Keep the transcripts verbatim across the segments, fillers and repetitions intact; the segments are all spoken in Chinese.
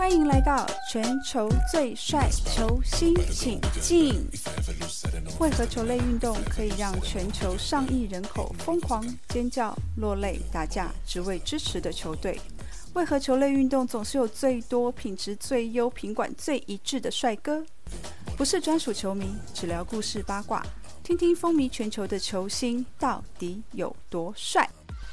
欢迎来到全球最帅球星请进。为何球类运动可以让全球上亿人口疯狂尖叫落泪打架只为支持的球队？为何球类运动总是有最多品质最优品管最一致的帅哥？不是专属球迷，只聊故事八卦，听听风靡全球的球星到底有多帅。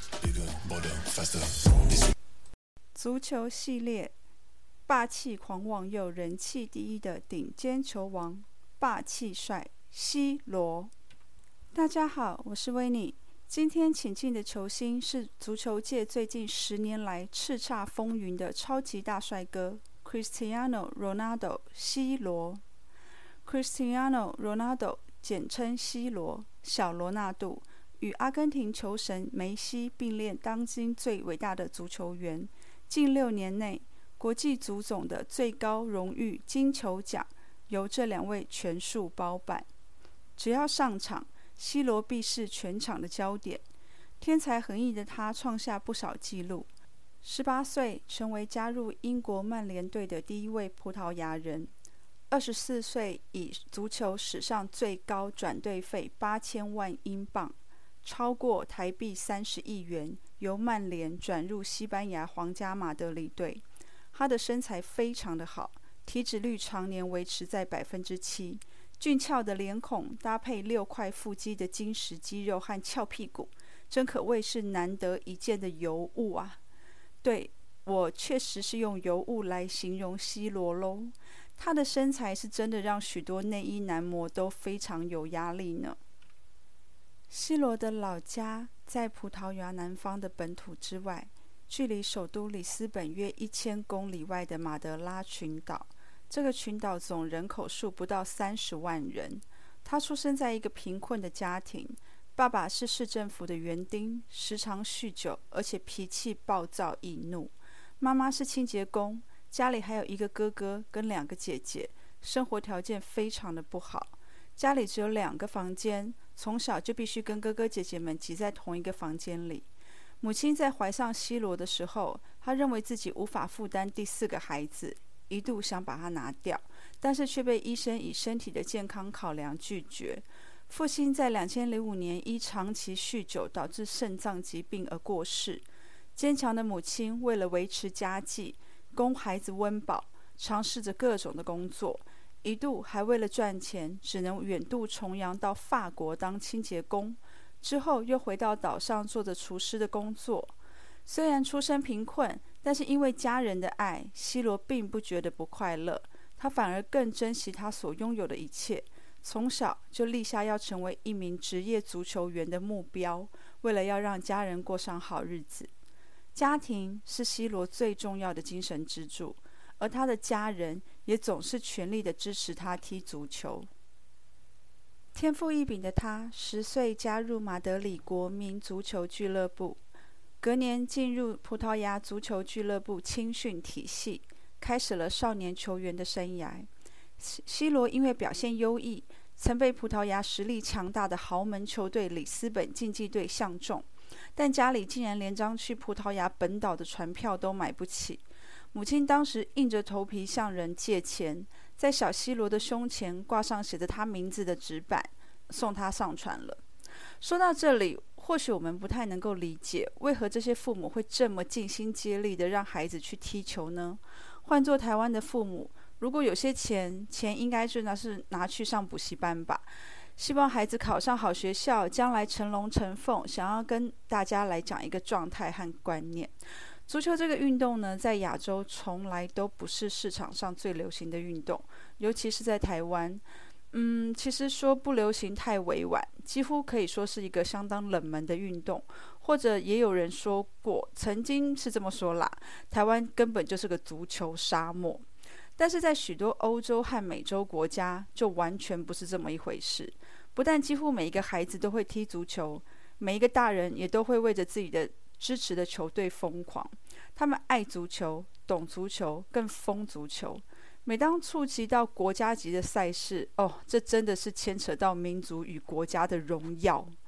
足球系列，霸气狂妄又人气第一的顶尖球王，霸气帅 C 罗。大家好，我是维尼。今天请进的球星是足球界最近十年来叱咤风云的超级大帅哥 Cristiano Ronaldo C 罗。Cristiano Ronaldo 简称 C 罗，小罗纳度，与阿根廷球神梅西并列当今最伟大的足球员。近六年内，国际足总的最高荣誉金球奖由这两位全数包办。只要上场，C 罗必是全场的焦点。天才横溢的他创下不少纪录。十八岁成为加入英国曼联队的第一位葡萄牙人。二十四岁以足球史上最高转队费八千万英镑，超过台币三十亿元，由曼联转入西班牙皇家马德里队。他的身材非常的好，体脂率常年维持在百分之七。俊俏的脸孔搭配六块腹肌的精实肌肉和翘屁股，真可谓是难得一见的尤物啊！对，我确实是用尤物来形容 C 罗咯。他的身材是真的让许多内衣男模都非常有压力呢。C 罗的老家在葡萄牙南方的本土之外，距离首都里斯本约一千公里外的马德拉群岛。这个群岛总人口数不到三十万人。他出生在一个贫困的家庭，爸爸是市政府的园丁，时常酗酒，而且脾气暴躁易怒。妈妈是清洁工，家里还有一个哥哥跟两个姐姐，生活条件非常的不好。家里只有两个房间，从小就必须跟哥哥姐姐们挤在同一个房间里。母亲在怀上 C 罗的时候，她认为自己无法负担第四个孩子，一度想把他拿掉，但是却被医生以身体的健康考量拒绝。父亲在二零零五年因长期酗酒导致肾脏疾病而过世。坚强的母亲为了维持家计，供孩子温饱，尝试着各种的工作，一度还为了赚钱只能远渡重洋到法国当清洁工，之后又回到岛上做着厨师的工作。虽然出身贫困，但是因为家人的爱，C 罗并不觉得不快乐，他反而更珍惜他所拥有的一切。从小就立下要成为一名职业足球员的目标，为了要让家人过上好日子。家庭是 C 罗最重要的精神支柱，而他的家人也总是全力的支持他踢足球。天赋异禀的他，十岁加入马德里国民足球俱乐部，隔年进入葡萄牙足球俱乐部青训体系，开始了少年球员的生涯。C 罗因为表现优异，曾被葡萄牙实力强大的豪门球队里斯本竞技队相中，但家里竟然连张去葡萄牙本岛的船票都买不起。母亲当时硬着头皮向人借钱，在小 C 罗的胸前挂上写着他名字的纸板，送他上船了。说到这里，或许我们不太能够理解，为何这些父母会这么尽心竭力的让孩子去踢球呢？换作台湾的父母，如果有些钱，钱应该是拿是拿去上补习班吧。希望孩子考上好学校，将来成龙成凤。想要跟大家来讲一个状态和观念。足球这个运动呢，在亚洲从来都不是市场上最流行的运动，尤其是在台湾。嗯，其实说不流行太委婉，几乎可以说是一个相当冷门的运动，或者也有人说过，曾经是这么说啦，台湾根本就是个足球沙漠。但是在许多欧洲和美洲国家，就完全不是这么一回事。不但几乎每一个孩子都会踢足球，每一个大人也都会为着自己的支持的球队疯狂。他们爱足球，懂足球，更疯足球。每当触及到国家级的赛事，哦，这真的是牵扯到民族与国家的荣耀。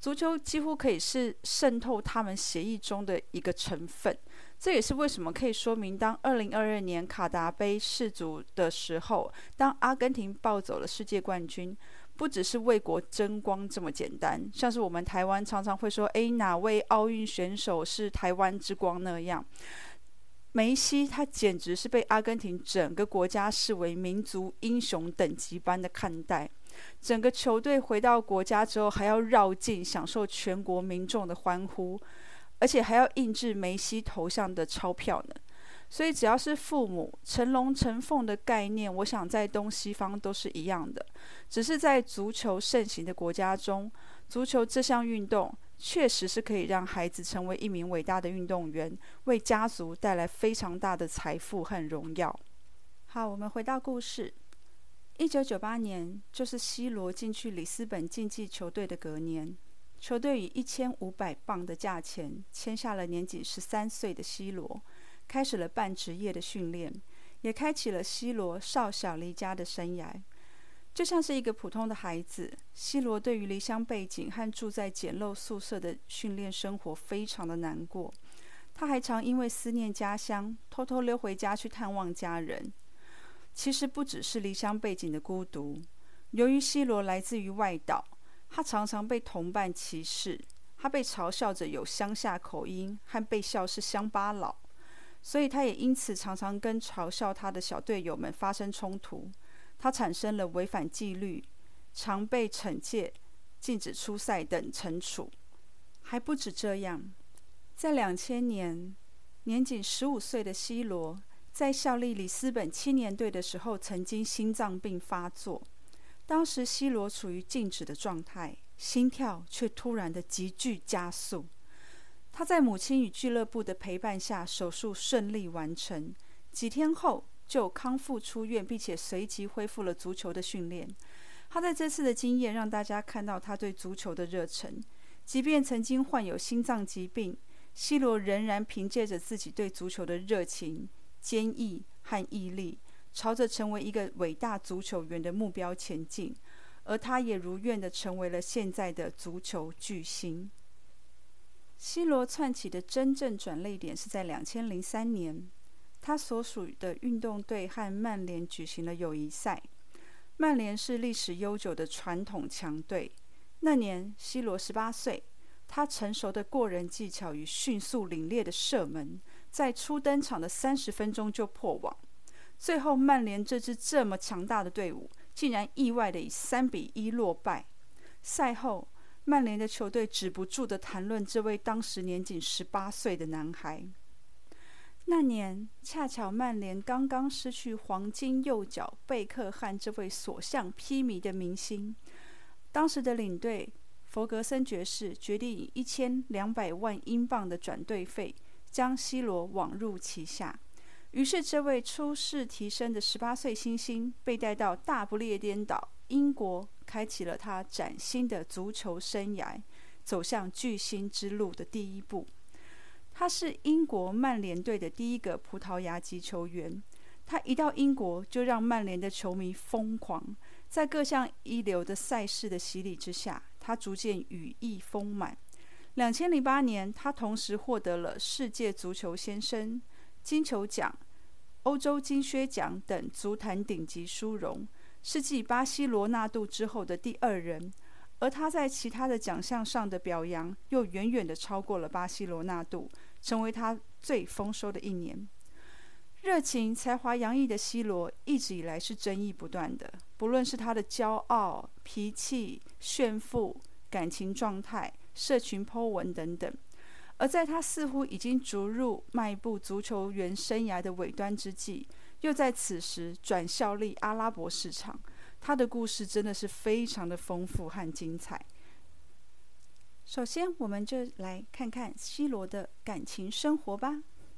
足球几乎可以是渗透他们协议中的一个成分。这也是为什么可以说明，当二零二二年卡达杯世足的时候，当阿根廷抱走了世界冠军，不只是为国争光这么简单，像是我们台湾常常会说，诶，哪位奥运选手是台湾之光那样。梅西他简直是被阿根廷整个国家视为民族英雄等级般的看待，整个球队回到国家之后还要绕境享受全国民众的欢呼，而且还要印制梅西头像的钞票呢。所以只要是父母，成龙成凤的概念，我想在东西方都是一样的，只是在足球盛行的国家中，足球这项运动确实是可以让孩子成为一名伟大的运动员，为家族带来非常大的财富和荣耀。好，我们回到故事。一九九八年，就是C罗进去里斯本竞技球队的隔年，球队以一千五百磅的价钱签下了年仅十三岁的C罗，开始了半职业的训练，也开启了C罗少小离家的生涯。就像是一个普通的孩子，C罗对于离乡背景和住在简陋宿舍的训练生活非常的难过。他还常因为思念家乡，偷偷溜回家去探望家人。其实不只是离乡背景的孤独，由于C罗来自于外岛，他常常被同伴歧视，他被嘲笑着有乡下口音，和被笑是乡巴佬，所以他也因此常常跟嘲笑他的小队友们发生冲突。他产生了违反纪律，常被惩戒、禁止出赛等惩处。还不止这样，在两千年，年仅十五岁的C罗在效力里斯本青年队的时候，曾经心脏病发作。当时C罗处于静止的状态，心跳却突然的急剧加速。他在母亲与俱乐部的陪伴下，手术顺利完成。几天后就康复出院，并且随即恢复了足球的训练。他在这次的经验让大家看到他对足球的热忱，即便曾经患有心脏疾病，C罗仍然凭借着自己对足球的热情、坚毅和毅力，朝着成为一个伟大足球员的目标前进，而他也如愿地成为了现在的足球巨星。C罗窜起的真正转捩点是在两千零三年，他所属的运动队和曼联举行了友谊赛。曼联是历史悠久的传统强队。那年 C 罗十八岁，他成熟的过人技巧与迅速凛冽的射门，在初登场的三十分钟就破网。最后曼联这支这么强大的队伍，竟然意外的以三比一落败。赛后曼联的球队止不住的谈论这位当时年仅十八岁的男孩。那年恰巧曼联刚刚失去黄金右脚贝克汉这位所向披靡的明星，当时的领队弗格森爵士决定以一千两百万英镑的转队费将 C 罗网入旗下。于是这位初试提升的十八岁新星被带到大不列颠岛英国，开启了他崭新的足球生涯，走向巨星之路的第一步。他是英国曼联队的第一个葡萄牙籍球员，他一到英国就让曼联的球迷疯狂，在各项一流的赛事的洗礼之下，他逐渐羽翼丰满。两千零八年，他同时获得了世界足球先生、金球奖、欧洲金靴奖等足坛顶级殊荣，是继巴西罗纳度之后的第二人。而他在其他的奖项上的表扬又远远地超过了巴西罗纳度，成为他最丰收的一年。热情才华洋溢的 C 罗一直以来是争议不断的，不论是他的骄傲、脾气、炫富、感情状态、社群 po 文等等。而在他似乎已经逐入迈步足球员生涯的尾端之际，又在此时转效力阿拉伯市场。他的故事真的是非常的丰富和精彩。首先我们就来看看 C 罗的感情生活吧。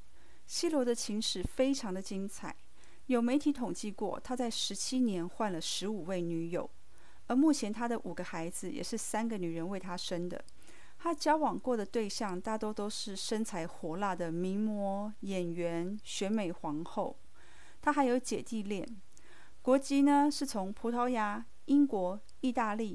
C 罗的情史非常的精彩，有媒体统计过他在十七年换了十五位女友，而目前他的五个孩子也是三个女人为他生的。他交往过的对象大多都是身材火辣的名模、演员、选美皇后。他还有姐弟恋，国籍呢是从葡萄牙、英国、意大利、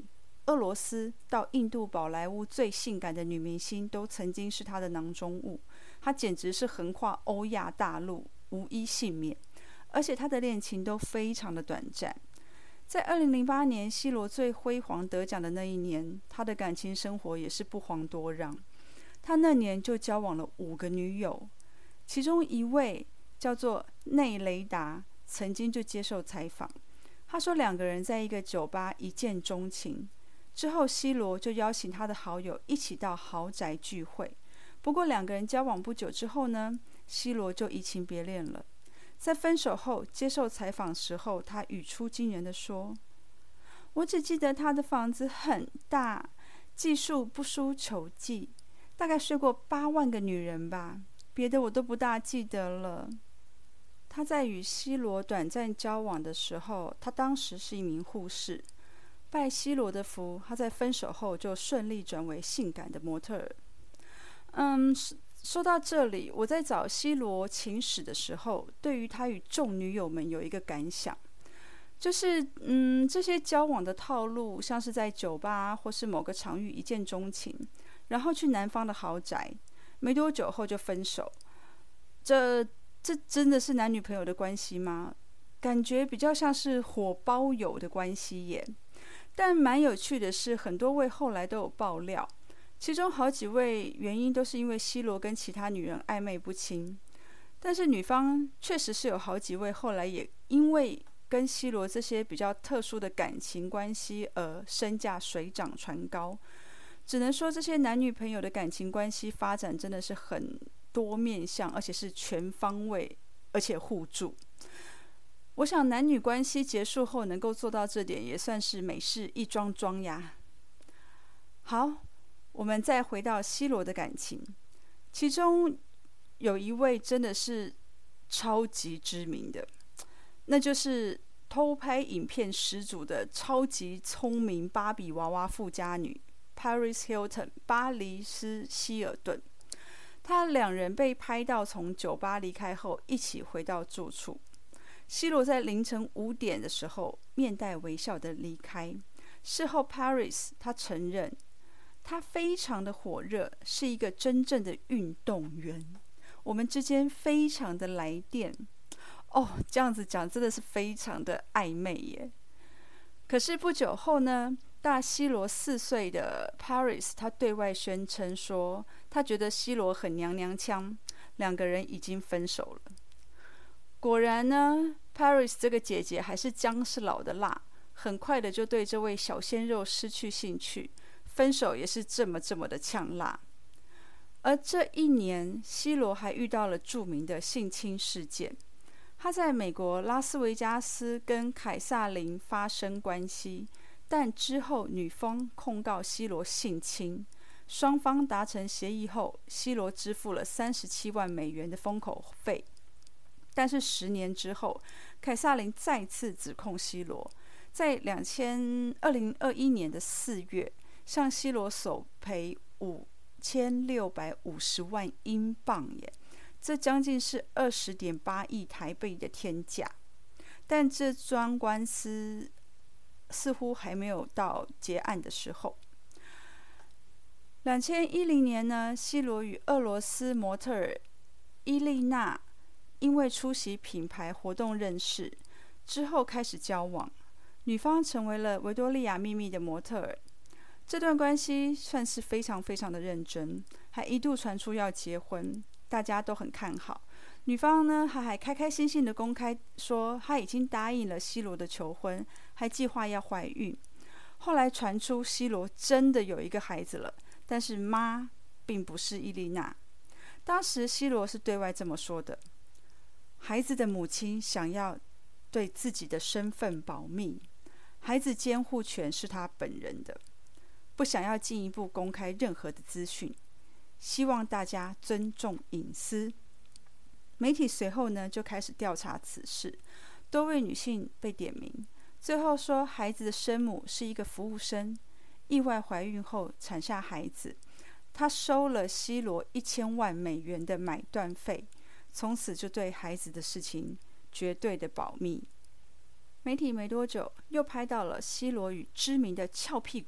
俄罗斯到印度宝莱坞最性感的女明星都曾经是他的囊中物，他简直是横跨欧亚大陆，无一幸免。而且他的恋情都非常的短暂。在二零零八年，C罗最辉煌得奖的那一年，他的感情生活也是不遑多让。他那年就交往了五个女友，其中一位叫做内雷达，曾经就接受采访，他说两个人在一个酒吧一见钟情，之后 C 罗就邀请他的好友一起到豪宅聚会。不过两个人交往不久之后呢，C 罗就移情别恋了。在分手后接受采访时候，他语出惊人地说：我只记得他的房子很大，技术不输球技，大概睡过八万个女人吧，别的我都不大记得了。他在与 C 罗短暂交往的时候，他当时是一名护士，拜 C 罗的福，他在分手后就顺利转为性感的模特儿。嗯，说到这里，我在找 C 罗情史的时候，对于他与众女友们有一个感想，就是嗯，这些交往的套路，像是在酒吧或是某个场域一见钟情，然后去男方的豪宅，没多久后就分手。这这真的是男女朋友的关系吗？感觉比较像是火包友的关系耶。但蛮有趣的是，很多位后来都有爆料，其中好几位原因都是因为 C 罗跟其他女人暧昧不清，但是女方确实是有好几位后来也因为跟 C 罗这些比较特殊的感情关系而身价水涨船高。只能说这些男女朋友的感情关系发展真的是很多面向，而且是全方位，而且互助。我想男女关系结束后能够做到这点，也算是美事一桩桩呀。好，我们再回到 C 罗的感情，其中有一位真的是超级知名的，那就是偷拍影片始祖的超级聪明芭比娃娃富家女 Paris Hilton 巴黎斯希尔顿。他两人被拍到从酒吧离开后一起回到住处。C 罗在凌晨五点的时候面带微笑的离开。事后 Paris 他承认他非常的火热，是一个真正的运动员，我们之间非常的来电。哦，这样子讲真的是非常的暧昧耶。可是不久后呢，大 C 罗四岁的 Paris 他对外宣称说，他觉得 C 罗很娘娘腔，两个人已经分手了。果然呢， Paris 这个姐姐还是姜是老的辣，很快的就对这位小鲜肉失去兴趣，分手也是这么这么的呛辣。而这一年 C 罗还遇到了著名的性侵事件，他在美国拉斯维加斯跟凯撒琳发生关系，但之后女方控告 C 罗性侵，双方达成协议后 C 罗支付了三十七万美元的封口费。但是十年之后，凯撒琳再次指控 C 罗，在二零二一年的四月向 C 罗索赔五千六百五十万英镑耶，这将近是二十点八亿台币的天价。但这桩官司似乎还没有到结案的时候。二零一零年呢 ，C 罗与俄罗斯模特儿伊丽娜因为出席品牌活动认识，之后开始交往，女方成为了维多利亚秘密的模特儿。这段关系算是非常非常的认真，还一度传出要结婚，大家都很看好。女方呢，还还开开心心的公开说，她已经答应了 C 罗的求婚，还计划要怀孕。后来传出 C 罗真的有一个孩子了，但是妈并不是伊丽娜。当时 C 罗是对外这么说的：孩子的母亲想要对自己的身份保密，孩子监护权是他本人的，不想要进一步公开任何的资讯，希望大家尊重隐私。媒体随后呢就开始调查此事，多位女性被点名，最后说孩子的生母是一个服务生，意外怀孕后产下孩子，她收了 C 罗一千万美元的买断费，从此就对孩子的事情绝对的保密。媒体没多久又拍到了 C 罗与知名的翘屁股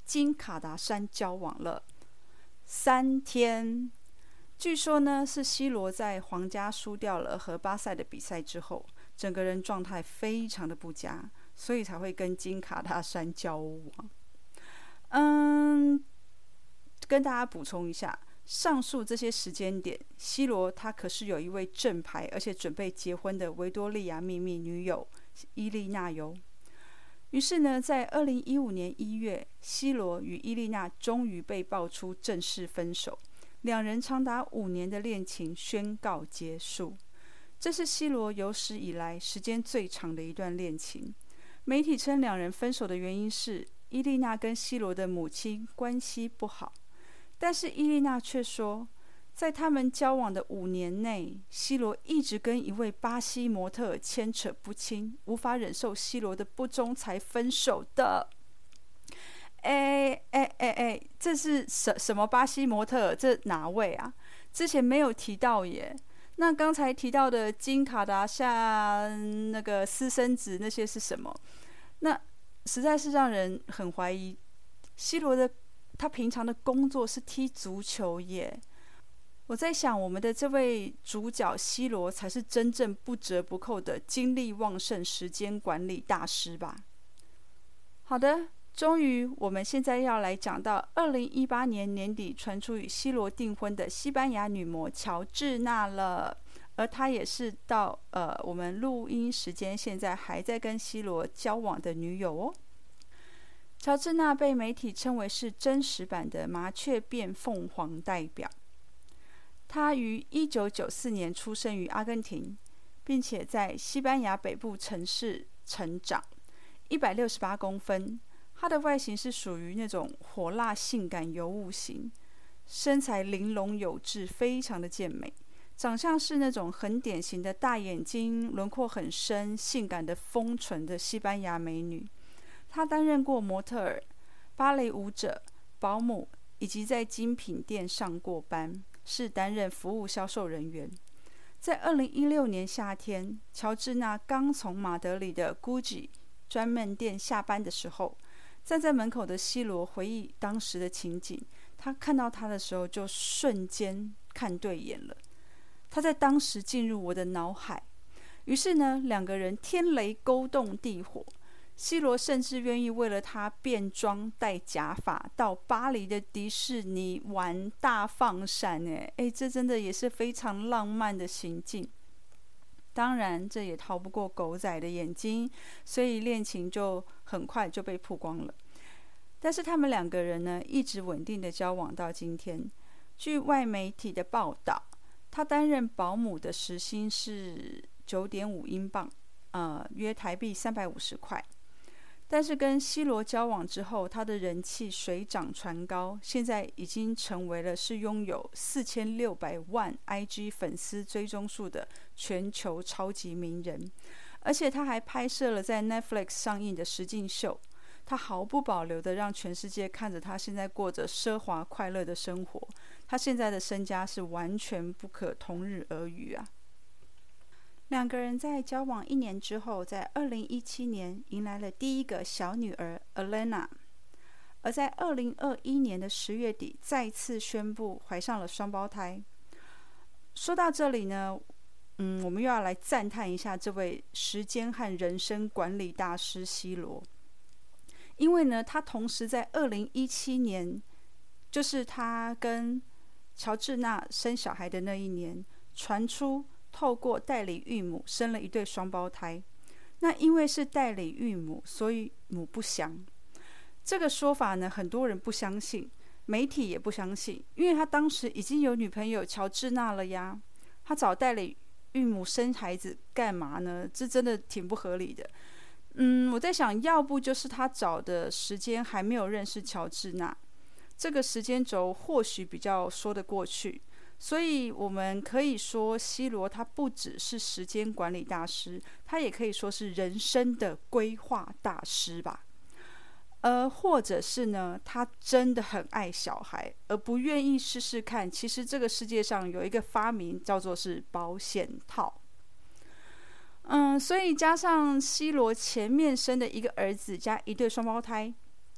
金卡达珊交往了三天。据说呢，是西罗在皇家输掉了和巴塞的比赛之后，整个人状态非常的不佳，所以才会跟金卡达珊交往。嗯，跟大家补充一下，上述这些时间点，西罗他可是有一位正牌而且准备结婚的维多利亚秘密女友伊丽娜哟。于是呢，在二零一五年一月，西罗与伊丽娜终于被爆出正式分手，两人长达五年的恋情宣告结束。这是西罗有史以来时间最长的一段恋情。媒体称两人分手的原因是伊丽娜跟西罗的母亲关系不好，但是伊丽娜却说，在他们交往的五年内，西罗一直跟一位巴西模特牵扯不清，无法忍受西罗的不忠才分手的。哎哎哎哎，这是什什么巴西模特？这哪位啊？之前没有提到耶。那刚才提到的金卡达珊那个私生子那些是什么？那实在是让人很怀疑，西罗的他平常的工作是踢足球耶。我在想，我们的这位主角西罗才是真正不折不扣的精力旺盛时间管理大师吧。好的，终于我们现在要来讲到二零一八年年底传出与西罗订婚的西班牙女模乔治娜了，而她也是到呃我们录音时间现在还在跟西罗交往的女友哦。乔治娜被媒体称为是真实版的麻雀变凤凰代表。她于一九九四年出生于阿根廷，并且在西班牙北部城市成长，一百六十八公分。她的外形是属于那种火辣性感尤物型，身材玲珑有致，非常的健美，长相是那种很典型的大眼睛，轮廓很深，性感的丰唇的西班牙美女。她担任过模特儿、芭蕾舞者、保姆，以及在精品店上过班，是担任服务销售人员。在二零一六年夏天，乔治娜刚从马德里的 Gucci 专门店下班的时候，站在门口的西罗回忆当时的情景，他看到他的时候就瞬间看对眼了，他在当时进入我的脑海。于是呢，两个人天雷勾动地火，西罗甚至愿意为了他变装戴假发到巴黎的迪士尼玩大放闪耶，诶，这真的也是非常浪漫的行径。当然这也逃不过狗仔的眼睛，所以恋情就很快就被曝光了。但是他们两个人呢，一直稳定的交往到今天。据外媒体的报道，他担任保姆的时薪是 九点五英镑，呃，约台币三百五十块。但是跟西罗交往之后，他的人气水涨船高，现在已经成为了是拥有四千六百万 I G 粉丝追踪数的全球超级名人。而且他还拍摄了在 Netflix 上映的实境秀，他毫不保留地让全世界看着他现在过着奢华快乐的生活。他现在的身家是完全不可同日而语啊。两个人在交往一年之后，在二零一七年迎来了第一个小女儿 Elena， 而在二零二一年的十月底再次宣布怀上了双胞胎。说到这里呢，嗯，我们又要来赞叹一下这位时间和人生管理大师西罗，因为呢，他同时在二零一七年，就是他跟乔治娜生小孩的那一年，传出透过代理孕母生了一对双胞胎。那因为是代理孕母，所以母不详。这个说法呢，很多人不相信，媒体也不相信，因为他当时已经有女朋友乔治娜了呀，他找代理孕母生孩子干嘛呢？这真的挺不合理的。嗯，我在想，要不就是他找的时间还没有认识乔治娜，这个时间轴或许比较说得过去。所以我们可以说，西罗他不只是时间管理大师，他也可以说是人生的规划大师吧。呃，或者是呢，他真的很爱小孩，而不愿意试试看，其实这个世界上有一个发明叫做是保险套。嗯，所以加上西罗前面生的一个儿子加一对双胞胎，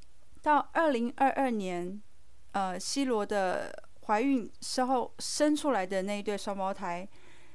到二零二二年，呃，C 罗的怀孕时候生出来的那一对双胞胎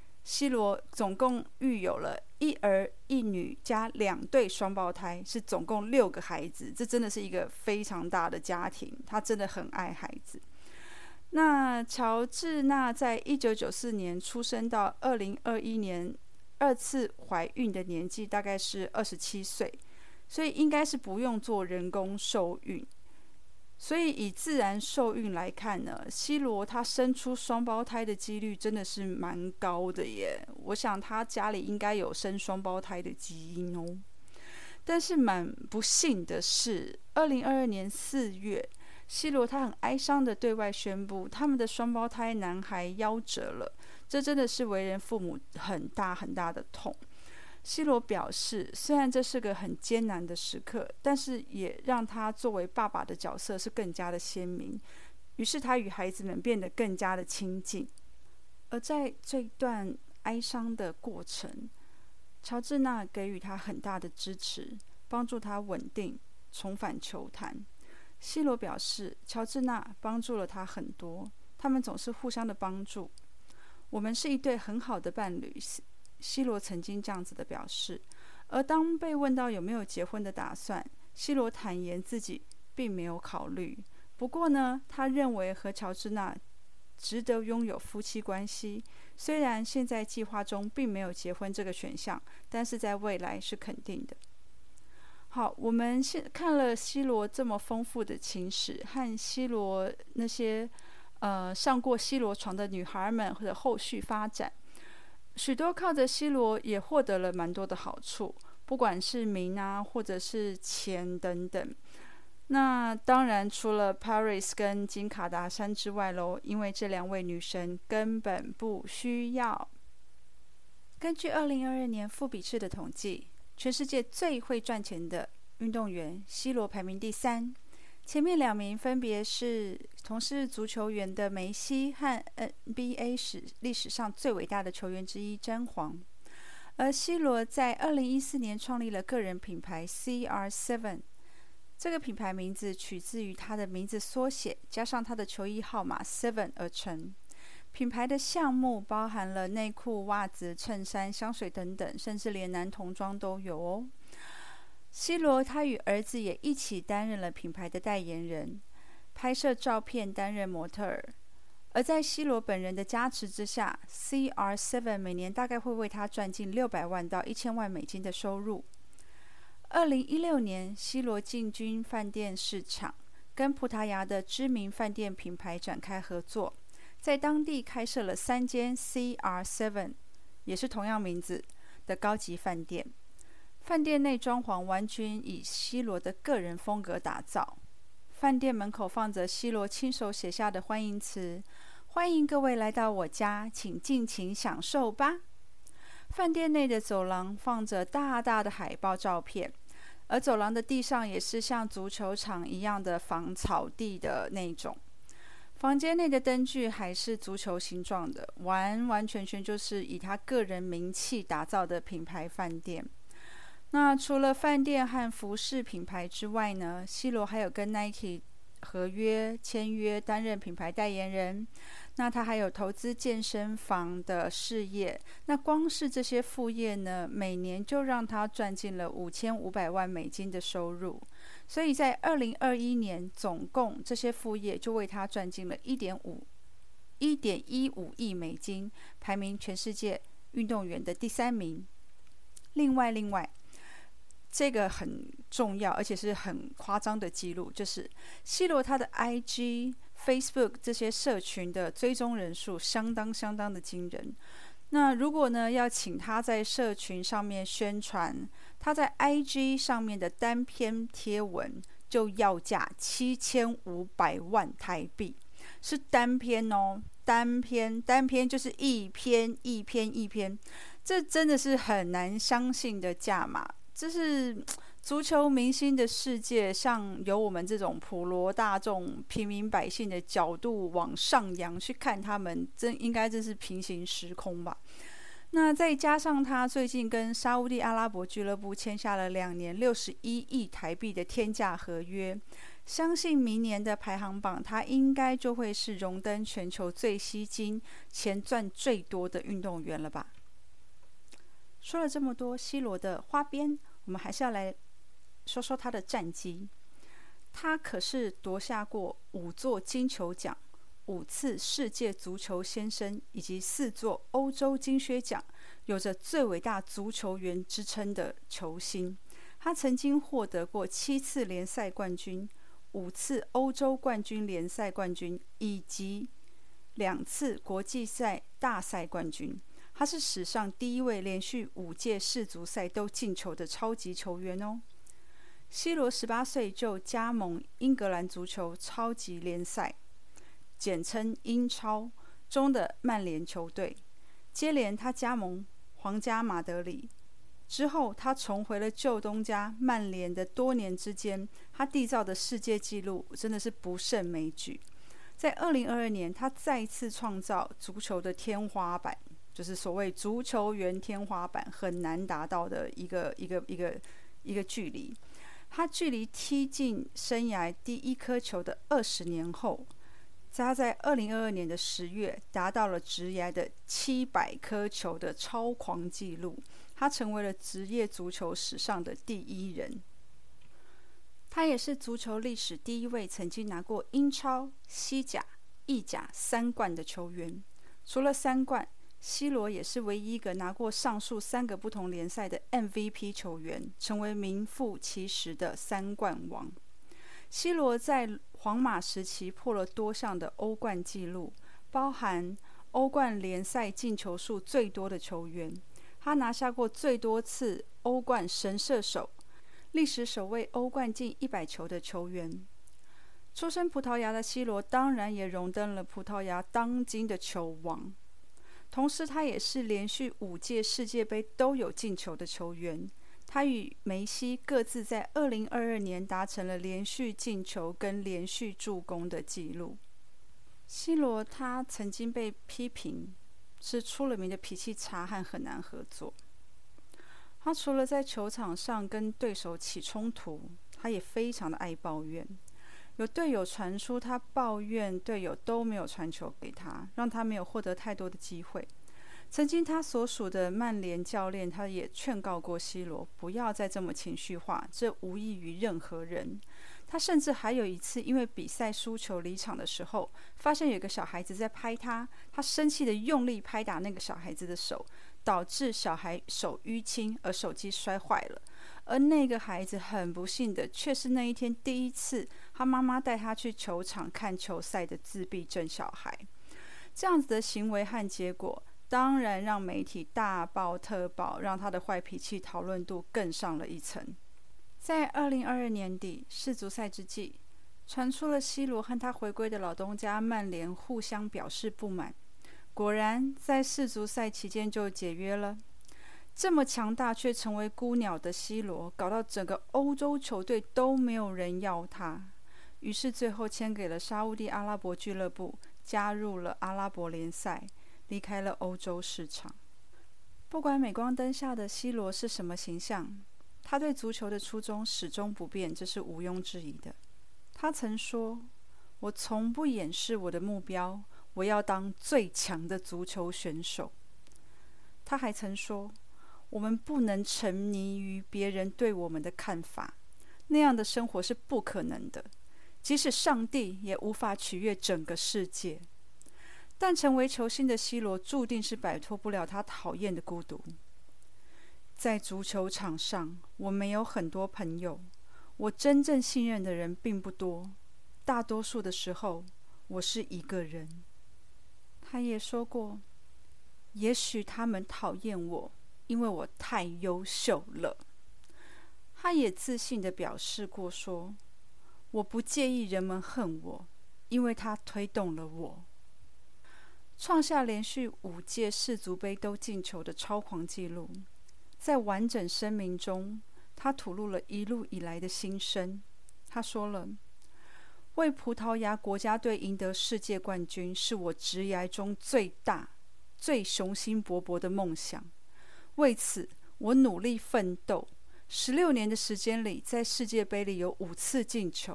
，C 罗总共育有了一儿一女加两对双胞胎，是总共六个孩子。这真的是一个非常大的家庭，他真的很爱孩子。那乔治娜在一九九四年出生到二零二一年二次怀孕的年纪大概是二十七岁，所以应该是不用做人工受孕。所以以自然受孕来看呢，C 罗他生出双胞胎的几率真的是蛮高的耶。我想他家里应该有生双胞胎的基因哦。但是蛮不幸的是，二零二二年四月，C 罗他很哀伤的对外宣布，他们的双胞胎男孩夭折了。这真的是为人父母很大很大的痛。C 罗表示，虽然这是个很艰难的时刻，但是也让他作为爸爸的角色是更加的鲜明。于是他与孩子们变得更加的亲近。而在这段哀伤的过程，乔治娜给予他很大的支持，帮助他稳定，重返球坛。C 罗表示，乔治娜帮助了他很多，他们总是互相的帮助。我们是一对很好的伴侣。C 罗曾经这样子的表示。而当被问到有没有结婚的打算，C 罗坦言自己并没有考虑。不过呢，他认为和乔治娜值得拥有夫妻关系。虽然现在计划中并没有结婚这个选项，但是在未来是肯定的。好，我们现看了 C 罗这么丰富的情史和 C 罗那些呃上过 C 罗床的女孩们或者后续发展。许多靠着 C 罗也获得了蛮多的好处，不管是名啊，或者是钱等等。那当然除了 Paris 跟金卡达珊之外咯，因为这两位女神根本不需要。根据二零二二年富比士的统计，全世界最会赚钱的运动员 C 罗排名第三，前面两名分别是同是足球员的梅西和 N B A 史历史上最伟大的球员之一詹皇。而 C 罗在二零一四年创立了个人品牌 C R 七， 这个品牌名字取自于他的名字缩写加上他的球衣号码七而成。品牌的项目包含了内裤、袜子、衬衫、香水等等，甚至连男童装都有哦。C 罗他与儿子也一起担任了品牌的代言人，拍摄照片，担任模特儿。而在 C 罗本人的加持之下， C R 七 每年大概会为他赚进六百万到一千万美金的收入。二零一六年 C 罗进军饭店市场，跟葡萄牙的知名饭店品牌展开合作，在当地开设了三间 C R 七， 也是同样名字的高级饭店。饭店内装潢完全以 C 罗的个人风格打造。饭店门口放着 C 罗亲手写下的欢迎词：欢迎各位来到我家，请尽情享受吧。饭店内的走廊放着大大的海报照片，而走廊的地上也是像足球场一样的仿草地的那种。房间内的灯具还是足球形状的，完完全全就是以他个人名气打造的品牌饭店。那除了饭店和服饰品牌之外呢 ，C 罗还有跟 Nike 合约签约担任品牌代言人。那他还有投资健身房的事业，那光是这些副业呢，每年就让他赚进了五千五百万美金的收入。所以在二零二一年，总共这些副业就为他赚进了一点五一点一五亿美金，排名全世界运动员的第三名。另外，另外。这个很重要，而且是很夸张的记录，就是 C 罗他的 I G、Facebook 这些社群的追踪人数相当相当的惊人。那如果呢要请他在社群上面宣传，他在 I G 上面的单篇贴文就要价七千五百万台币，是单篇哦，单篇单篇就是一篇一篇一篇，这真的是很难相信的价码。这是足球明星的世界，像由我们这种普罗大众平民百姓的角度往上扬去看他们，真应该这是平行时空吧。那再加上他最近跟沙烏地阿拉伯俱乐部签下了两年六十一亿台币的天价合约， 相信明年的排行榜，他应该就会是荣登全球最吸金、钱赚最多的运动员了吧。说了这么多 C 罗的花边，我们还是要来说说他的战绩。他可是夺下过五座金球奖、五次世界足球先生以及四座欧洲金靴奖，有着最伟大足球员之称的球星。他曾经获得过七次联赛冠军、五次欧洲冠军联赛冠军以及两次国际赛大赛冠军。他是史上第一位连续五届世足赛都进球的超级球员哦。C 罗十八岁就加盟英格兰足球超级联赛，简称英超中的曼联球队。接连他加盟皇家马德里之后，他重回了旧东家曼联的多年之间，他缔造的世界纪录真的是不胜枚举。在二零二二年，他再次创造足球的天花板，就是所谓足球员天花板很难达到的一个一个一个一个距离。他距离踢进生涯第一颗球的二十年后，他在二零二二年的十月达到了职业的七百颗球的超狂纪录，他成为了职业足球史上的第一人。他也是足球历史第一位曾经拿过英超、西甲、意甲三冠的球员。除了三冠，C 罗也是唯一一个拿过上述三个不同联赛的 M V P 球员，成为名副其实的三冠王。C 罗在皇马时期破了多项的欧冠纪录，包含欧冠联赛进球数最多的球员，他拿下过最多次欧冠神射手，历史首位欧冠进一百球的球员。出身葡萄牙的 C 罗当然也荣登了葡萄牙当今的球王，同时他也是连续五届世界杯都有进球的球员。他与梅西各自在二零二二年达成了连续进球跟连续助攻的纪录。C 罗他曾经被批评是出了名的脾气差和很难合作。他除了在球场上跟对手起冲突，他也非常的爱抱怨。有队友传出他抱怨队友都没有传球给他，让他没有获得太多的机会。曾经他所属的曼联教练他也劝告过 C 罗不要再这么情绪化，这无益于任何人。他甚至还有一次因为比赛输球离场的时候，发现有个小孩子在拍他，他生气的用力拍打那个小孩子的手，导致小孩手淤青，而手机摔坏了。而那个孩子很不幸的却是那一天第一次他妈妈带他去球场看球赛的自闭症小孩。这样子的行为和结果当然让媒体大爆特爆，让他的坏脾气讨论度更上了一层。在二零二二年底世足赛之际，传出了 C 罗和他回归的老东家曼联互相表示不满，果然在世足赛期间就解约了。这么强大却成为孤鸟的 C 罗，搞到整个欧洲球队都没有人要他，于是最后签给了沙烏地阿拉伯俱乐部，加入了阿拉伯联赛，离开了欧洲市场。不管镁光灯下的 C 罗是什么形象，他对足球的初衷始终不变，这是毋庸置疑的。他曾说，我从不掩饰我的目标，我要当最强的足球选手。他还曾说，我们不能沉迷于别人对我们的看法，那样的生活是不可能的，即使上帝也无法取悦整个世界。但成为球星的 C 罗注定是摆脱不了他讨厌的孤独。在足球场上，我没有很多朋友，我真正信任的人并不多，大多数的时候，我是一个人。他也说过，也许他们讨厌我，因为我太优秀了。他也自信地表示过说，我不介意人们恨我，因为他推动了我。创下连续五届世足杯都进球的超狂纪录。在完整声明中，他吐露了一路以来的心声。他说了，为葡萄牙国家队赢得世界冠军是我职涯中最大最雄心勃勃的梦想，为此我努力奋斗。十六年的时间里，在世界杯里有五次进球，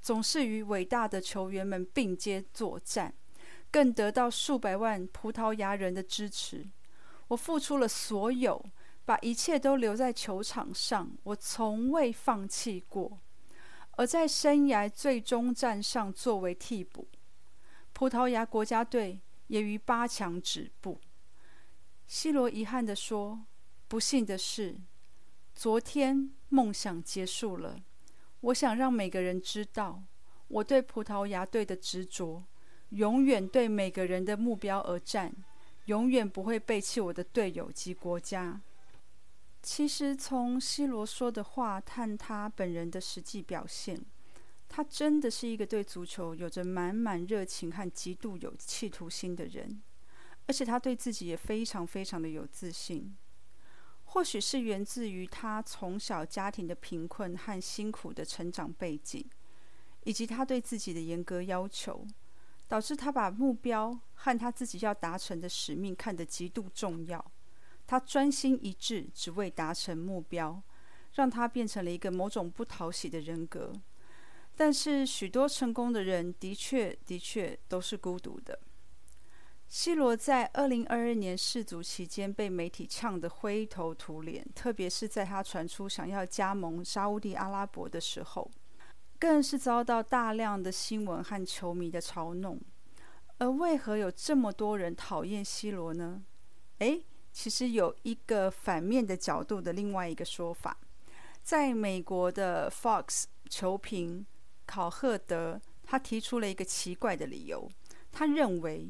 总是与伟大的球员们并肩作战，更得到数百万葡萄牙人的支持。我付出了所有，把一切都留在球场上，我从未放弃过。而在生涯最终战上作为替补，葡萄牙国家队也于八强止步。C罗遗憾地说，不幸的是，昨天梦想结束了。我想让每个人知道，我对葡萄牙队的执着，永远对每个人的目标而战，永远不会背弃我的队友及国家。其实从 C 罗说的话和他本人的实际表现，他真的是一个对足球有着满满热情和极度有企图心的人，而且他对自己也非常非常的有自信。或许是源自于他从小家庭的贫困和辛苦的成长背景，以及他对自己的严格要求，导致他把目标和他自己要达成的使命看得极度重要。他专心一致，只为达成目标，让他变成了一个某种不讨喜的人格。但是许多成功的人的确的确都是孤独的。C 罗在二零二二年世足期间被媒体呛得灰头土脸，特别是在他传出想要加盟沙烏地阿拉伯的时候，更是遭到大量的新闻和球迷的嘲弄。而为何有这么多人讨厌 C 罗呢？诶，其实有一个反面的角度的另外一个说法。在美国的 Fox 球评考赫德，他提出了一个奇怪的理由。他认为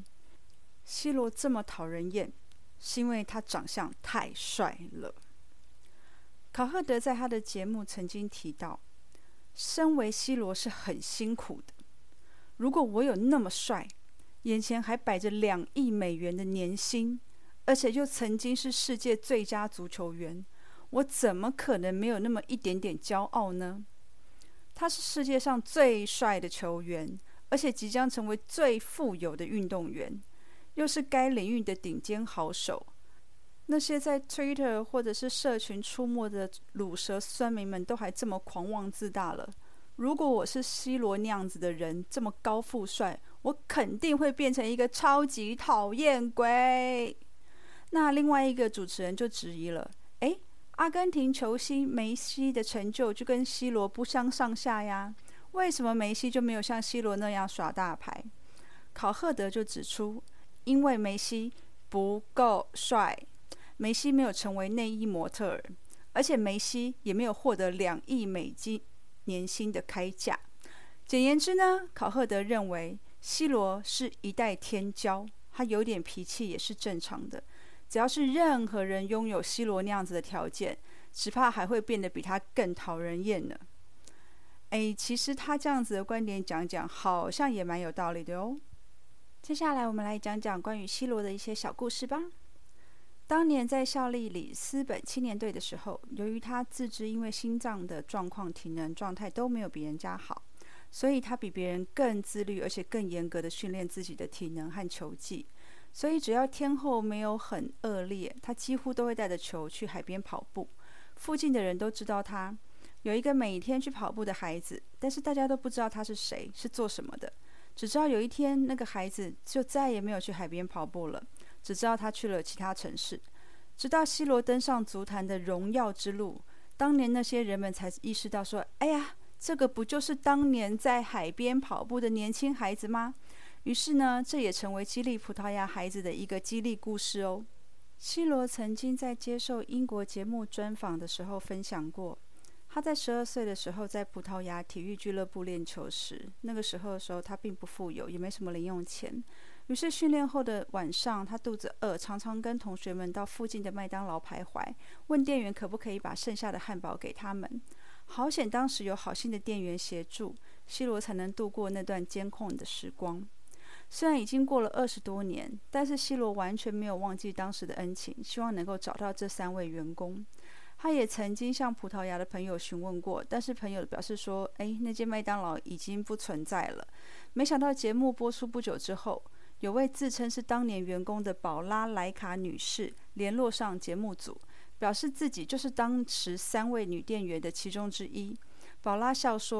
C 罗这么讨人厌，是因为他长相太帅了。考赫德在他的节目曾经提到，身为 C 罗是很辛苦的。如果我有那么帅，眼前还摆着两亿美元的年薪，而且又曾经是世界最佳足球员，我怎么可能没有那么一点点骄傲呢？他是世界上最帅的球员，而且即将成为最富有的运动员，又是该领域的顶尖好手。那些在 Twitter 或者是社群出没的鲁蛇酸民们都还这么狂妄自大了。如果我是 C 罗那样子的人，这么高富帅，我肯定会变成一个超级讨厌鬼。那另外一个主持人就质疑了，诶，阿根廷球星梅西的成就就跟 C 罗不相上下呀，为什么梅西就没有像 C 罗那样耍大牌？考赫德就指出，因为梅西不够帅，梅西没有成为内衣模特儿，而且梅西也没有获得两亿美金年薪的开价。简言之呢，考赫德认为 C 罗是一代天骄，他有点脾气也是正常的。只要是任何人拥有 C 罗那样子的条件，只怕还会变得比他更讨人厌呢。诶，其实他这样子的观点讲讲，好像也蛮有道理的哦。接下来我们来讲讲关于 C 罗的一些小故事吧。当年在效力里斯本青年队的时候，由于他自知因为心脏的状况、体能状态都没有比人家好，所以他比别人更自律，而且更严格的训练自己的体能和球技。所以只要天候没有很恶劣，他几乎都会带着球去海边跑步。附近的人都知道他有一个每天去跑步的孩子，但是大家都不知道他是谁，是做什么的。只知道有一天那个孩子就再也没有去海边跑步了，只知道他去了其他城市。直到 C 罗登上足坛的荣耀之路，当年那些人们才意识到说，哎呀，这个不就是当年在海边跑步的年轻孩子吗？于是呢，这也成为激励葡萄牙孩子的一个激励故事哦。C 罗曾经在接受英国节目专访的时候分享过，他在十二岁的时候在葡萄牙体育俱乐部练球时，那个时候的时候他并不富有，也没什么零用钱。于是训练后的晚上，他肚子饿，常常跟同学们到附近的麦当劳徘徊，问店员可不可以把剩下的汉堡给他们。好险当时有好心的店员协助， C 罗才能度过那段艰困的时光。虽然已经过了二十多年，但是 C 罗完全没有忘记当时的恩情，希望能够找到这三位员工。他也曾经向葡萄牙的朋友询问过，但是朋友表示说，哎，那间麦当劳已经不存在了。没想到节目播出不久之后，有位自称是当年员工的宝拉莱卡女士联络上节目组，表示自己就是当时三位女店员的其中之一。宝拉笑说，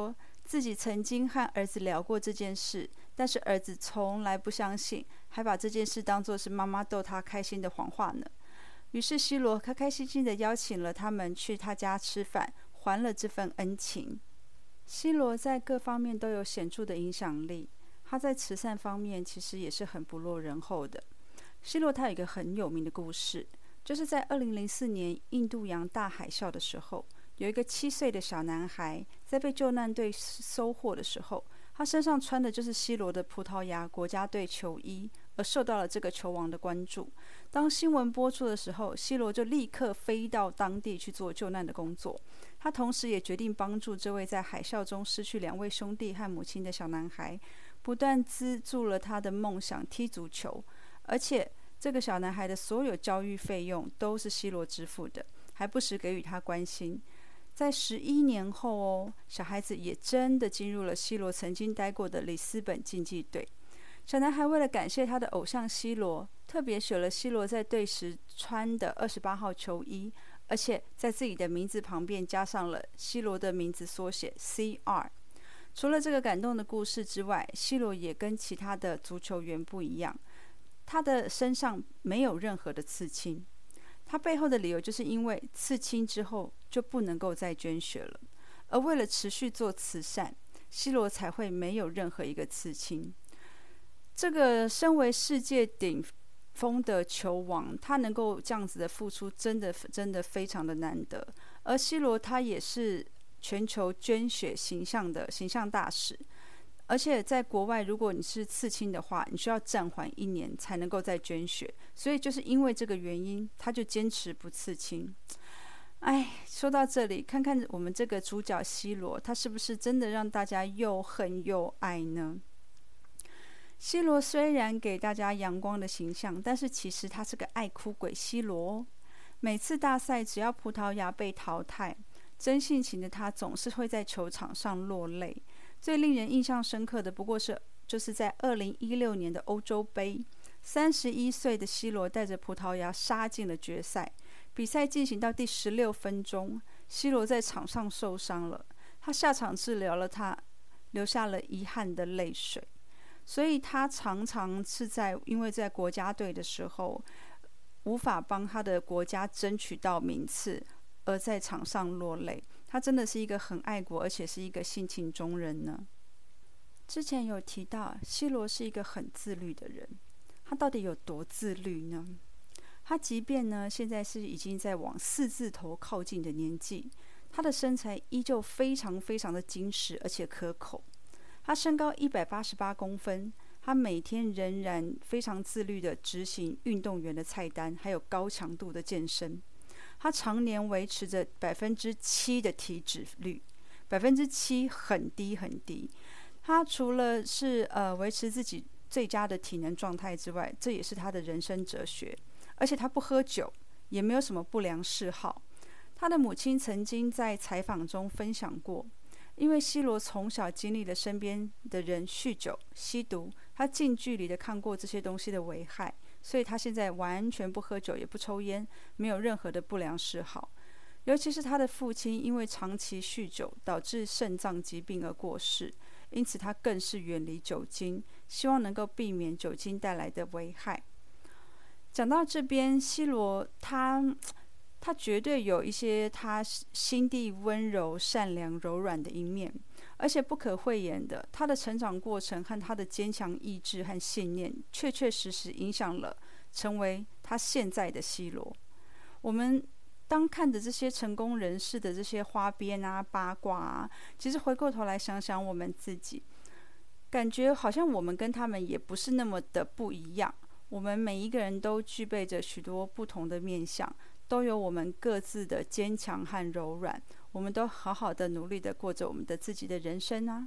自己曾经和儿子聊过这件事，但是儿子从来不相信，还把这件事当作是妈妈逗他开心的谎话呢。于是希罗开开心心地邀请了他们去他家吃饭，还了这份恩情。希罗在各方面都有显著的影响力，他在慈善方面其实也是很不落人后的。希罗他有一个很有名的故事，就是在二零零四年印度洋大海啸的时候，有一个七岁的小男孩在被救难队收获的时候，他身上穿的就是希罗的葡萄牙国家队球衣，而受到了这个球王的关注。当新闻播出的时候，希罗就立刻飞到当地去做救难的工作。他同时也决定帮助这位在海啸中失去两位兄弟和母亲的小男孩，不断资助了他的梦想踢足球，而且这个小男孩的所有教育费用都是希罗支付的，还不时给予他关心。在十一年后哦，小孩子也真的进入了希罗曾经待过的里斯本竞技队。小男孩为了感谢他的偶像希罗，特别选了希罗在队时穿的二十八号球衣，而且在自己的名字旁边加上了希罗的名字缩写 C R。 除了这个感动的故事之外，希罗也跟其他的足球员不一样，他的身上没有任何的刺青。他背后的理由就是因为刺青之后就不能够再捐血了，而为了持续做慈善，希罗才会没有任何一个刺青。这个身为世界顶峰的球王，他能够这样子的付出，真的真的非常的难得。而希罗他也是全球捐血形象的形象大使，而且在国外，如果你是刺青的话，你需要暂缓一年才能够再捐血。所以就是因为这个原因，他就坚持不刺青。哎，说到这里，看看我们这个主角希罗，他是不是真的让大家又恨又爱呢？希罗虽然给大家阳光的形象，但是其实他是个爱哭鬼希罗哦。每次大赛只要葡萄牙被淘汰，真性情的他总是会在球场上落泪。最令人印象深刻的不过是就是在二零一六年的欧洲杯，三十一岁的希罗带着葡萄牙杀进了决赛。比赛进行到第十六分钟，希罗在场上受伤了，他下场治疗了他，留下了遗憾的泪水。所以他常常是在因为在国家队的时候无法帮他的国家争取到名次，而在场上落泪。他真的是一个很爱国，而且是一个性情中人呢。之前有提到，希罗是一个很自律的人。他到底有多自律呢？他即便呢现在是已经在往四字头靠近的年纪，他的身材依旧非常非常的精实，而且可口。他身高一百八十八公分，他每天仍然非常自律地执行运动员的菜单，还有高强度的健身。他常年维持着百分之七的体脂率，百分之七很低很低。他除了是呃维持自己最佳的体能状态之外，这也是他的人生哲学。而且他不喝酒，也没有什么不良嗜好。他的母亲曾经在采访中分享过，因为希罗从小经历了身边的人酗酒、吸毒，他近距离的看过这些东西的危害，所以他现在完全不喝酒，也不抽烟，没有任何的不良嗜好。尤其是他的父亲因为长期酗酒导致肾脏疾病而过世，因此他更是远离酒精，希望能够避免酒精带来的危害。讲到这边，希罗他他绝对有一些他心地温柔、善良、柔软的一面，而且不可讳言的，他的成长过程和他的坚强意志和信念，确确实实影响了成为他现在的希罗。我们当看着这些成功人士的这些花边啊、八卦啊，其实回过头来想想我们自己，感觉好像我们跟他们也不是那么的不一样。我们每一个人都具备着许多不同的面向，都有我们各自的坚强和柔软，我们都好好的努力的过着我们的自己的人生啊。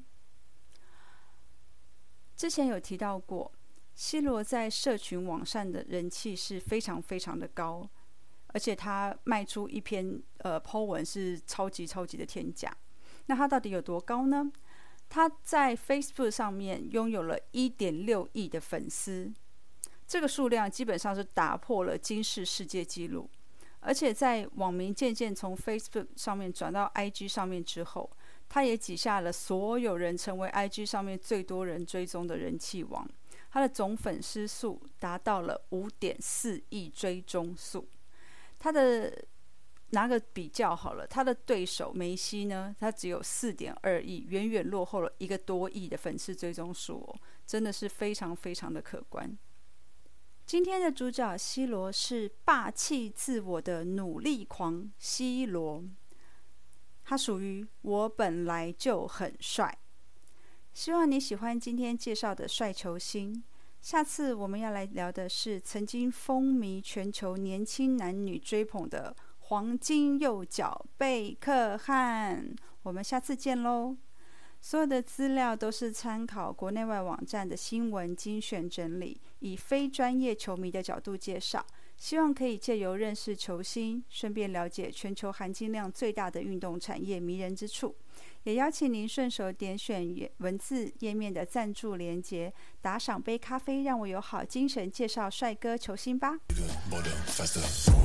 之前有提到过，希罗在社群网上的人气是非常非常的高，而且他卖出一篇呃 po 文是超级超级的天价。那他到底有多高呢？他在 Facebook 上面拥有了 一点六亿的粉丝，这个数量基本上是打破了金氏世界纪录。而且在网民渐渐从 Facebook 上面转到 I G 上面之后， 他也挤下了所有人成为 I G 上面最多人追踪的人气王，他的总粉丝数达到了 五点四亿追踪数。他的拿个比较好了，他的对手梅西呢，他只有 四点二亿，远远落后了一个多亿的粉丝追踪数哦，真的是非常非常的可观。今天的主角 C 罗是霸气自我的努力狂 C 罗，他属于我本来就很帅。希望你喜欢今天介绍的帅球星。下次我们要来聊的是曾经风靡全球年轻男女追捧的黄金右脚贝克汉。我们下次见喽。所有的资料都是参考国内外网站的新闻精选整理，以非专业球迷的角度介绍，希望可以借由认识球星，顺便了解全球含金量最大的运动产业迷人之处。也邀请您顺手点选文字页面的赞助连结，打赏杯咖啡，让我有好精神介绍帅哥球星吧。